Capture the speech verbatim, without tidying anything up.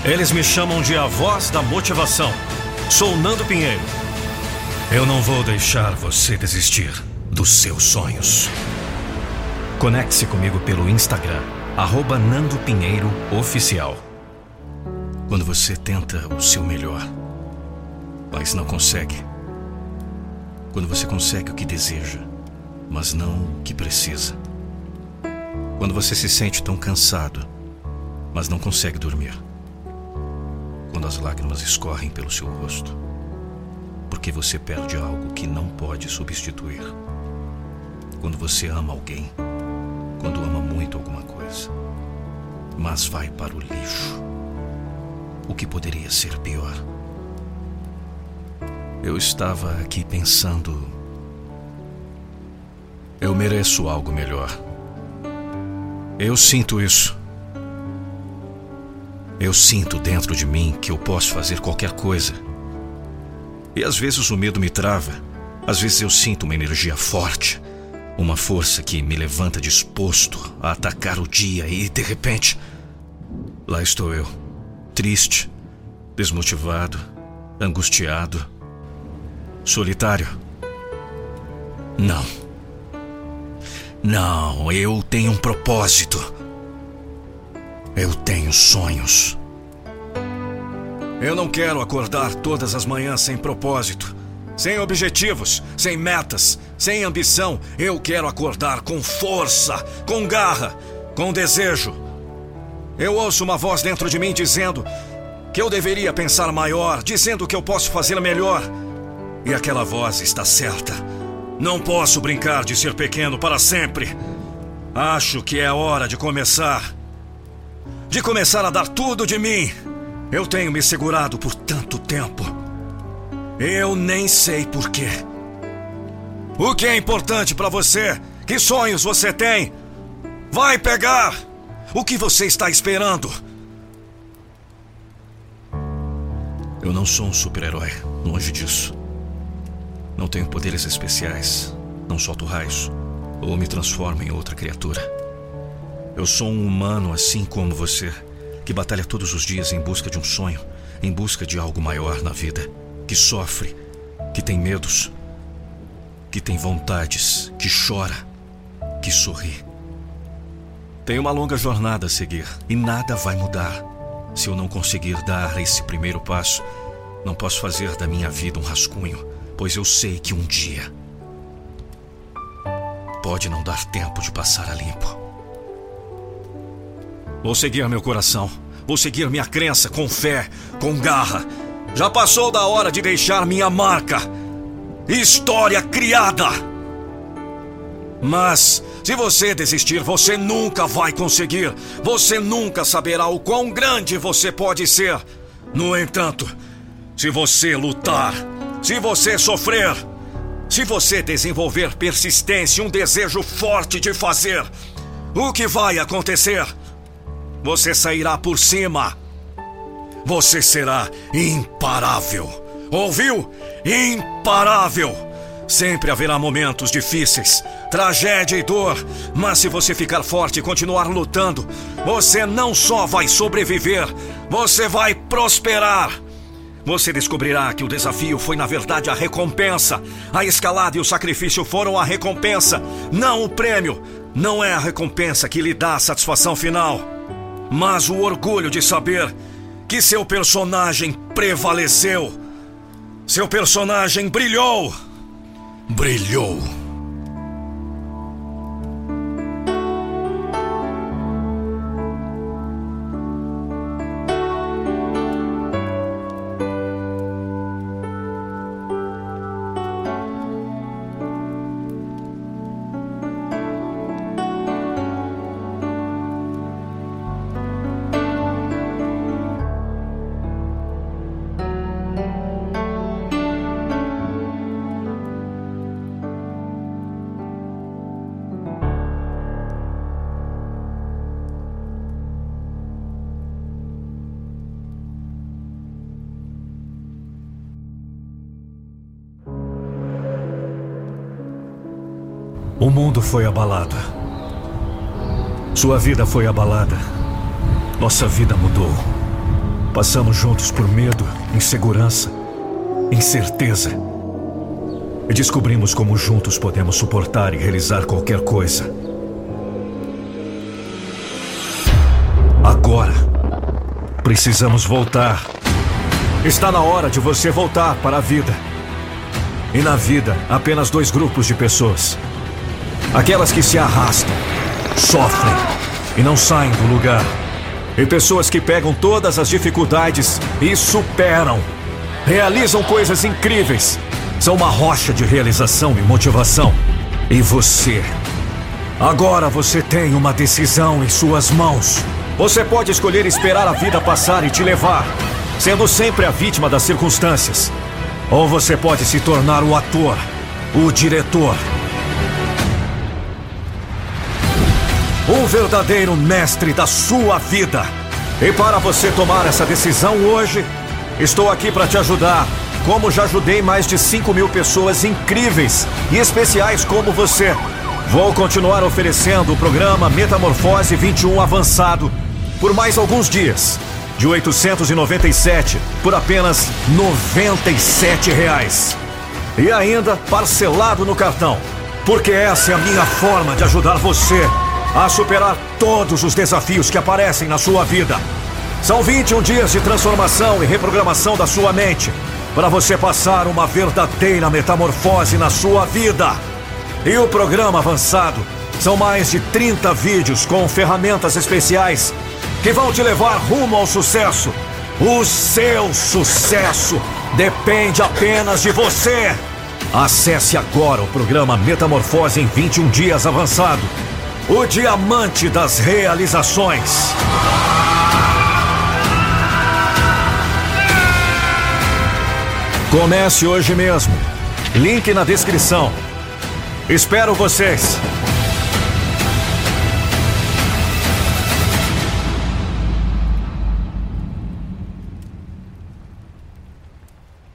Eles me chamam de a voz da motivação. Sou Nando Pinheiro. Eu não vou deixar você desistir dos seus sonhos. Conecte-se comigo pelo Instagram, arroba Nando Pinheiro Oficial. Quando você tenta o seu melhor, mas não consegue. Quando você consegue o que deseja, mas não o que precisa. Quando você se sente tão cansado, mas não consegue dormir. Quando as lágrimas escorrem pelo seu rosto, porque você perde algo que não pode substituir. Quando você ama alguém, quando ama muito alguma coisa, mas vai para o lixo. O que poderia ser pior? Eu estava aqui pensando, eu mereço algo melhor. Eu sinto isso. Eu sinto dentro de mim que eu posso fazer qualquer coisa. E às vezes o medo me trava. Às vezes eu sinto uma energia forte, uma força que me levanta disposto a atacar o dia e, de repente, lá estou eu, triste, desmotivado, angustiado, solitário. Não. Não, eu tenho um propósito. Eu tenho sonhos. Eu não quero acordar todas as manhãs sem propósito, sem objetivos, sem metas, sem ambição. Eu quero acordar com força, com garra, com desejo. Eu ouço uma voz dentro de mim dizendo que eu deveria pensar maior, dizendo que eu posso fazer melhor. E aquela voz está certa. Não posso brincar de ser pequeno para sempre. Acho que é hora de começar. De começar a dar tudo de mim. Eu tenho me segurado por tanto tempo. Eu nem sei por quê. O que é importante para você? Que sonhos você tem? Vai pegar! O que você está esperando? Eu não sou um super-herói, longe disso. Não tenho poderes especiais, não solto raios ou me transformo em outra criatura. Eu sou um humano assim como você, que batalha todos os dias em busca de um sonho, em busca de algo maior na vida, que sofre, que tem medos, que tem vontades, que chora, que sorri. Tenho uma longa jornada a seguir e nada vai mudar. Se eu não conseguir dar esse primeiro passo, não posso fazer da minha vida um rascunho, pois eu sei que um dia pode não dar tempo de passar a limpo. Vou seguir meu coração, vou seguir minha crença com fé, com garra. Já passou da hora de deixar minha marca, história criada. Mas se você desistir, você nunca vai conseguir. Você nunca saberá o quão grande você pode ser. No entanto, se você lutar, se você sofrer, se você desenvolver persistência e um desejo forte de fazer, o que vai acontecer? Você sairá por cima. Você será imparável. Ouviu? Imparável. Sempre haverá momentos difíceis, tragédia e dor, mas se você ficar forte e continuar lutando, você não só vai sobreviver, você vai prosperar. Você descobrirá que o desafio foi, na verdade, a recompensa. A escalada e o sacrifício foram a recompensa, não o prêmio. Não é a recompensa que lhe dá a satisfação final, mas o orgulho de saber que seu personagem prevaleceu. Seu personagem brilhou. Brilhou. O mundo foi abalado. Sua vida foi abalada. Nossa vida mudou. Passamos juntos por medo, insegurança, incerteza. E descobrimos como juntos podemos suportar e realizar qualquer coisa. Agora, precisamos voltar. Está na hora de você voltar para a vida. E na vida, apenas dois grupos de pessoas. Aquelas que se arrastam, sofrem e não saem do lugar. E pessoas que pegam todas as dificuldades e superam. Realizam coisas incríveis. São uma rocha de realização e motivação. E você? Agora você tem uma decisão em suas mãos. Você pode escolher esperar a vida passar e te levar, sendo sempre a vítima das circunstâncias. Ou você pode se tornar o ator, o diretor. Um verdadeiro mestre da sua vida. E para você tomar essa decisão hoje, estou aqui para te ajudar, como já ajudei mais de cinco mil pessoas incríveis e especiais como você. Vou continuar oferecendo o programa Metamorfose vinte e um Avançado por mais alguns dias, de oitocentos e noventa e sete por apenas noventa e sete reais. E ainda parcelado no cartão, porque essa é a minha forma de ajudar você a superar todos os desafios que aparecem na sua vida. São vinte e um dias de transformação e reprogramação da sua mente, para você passar uma verdadeira metamorfose na sua vida. E o programa Avançado são mais de trinta vídeos com ferramentas especiais que vão te levar rumo ao sucesso. O seu sucesso depende apenas de você. Acesse agora o programa Metamorfose em vinte e um dias Avançado. O diamante das realizações. Comece hoje mesmo. Link na descrição. Espero vocês.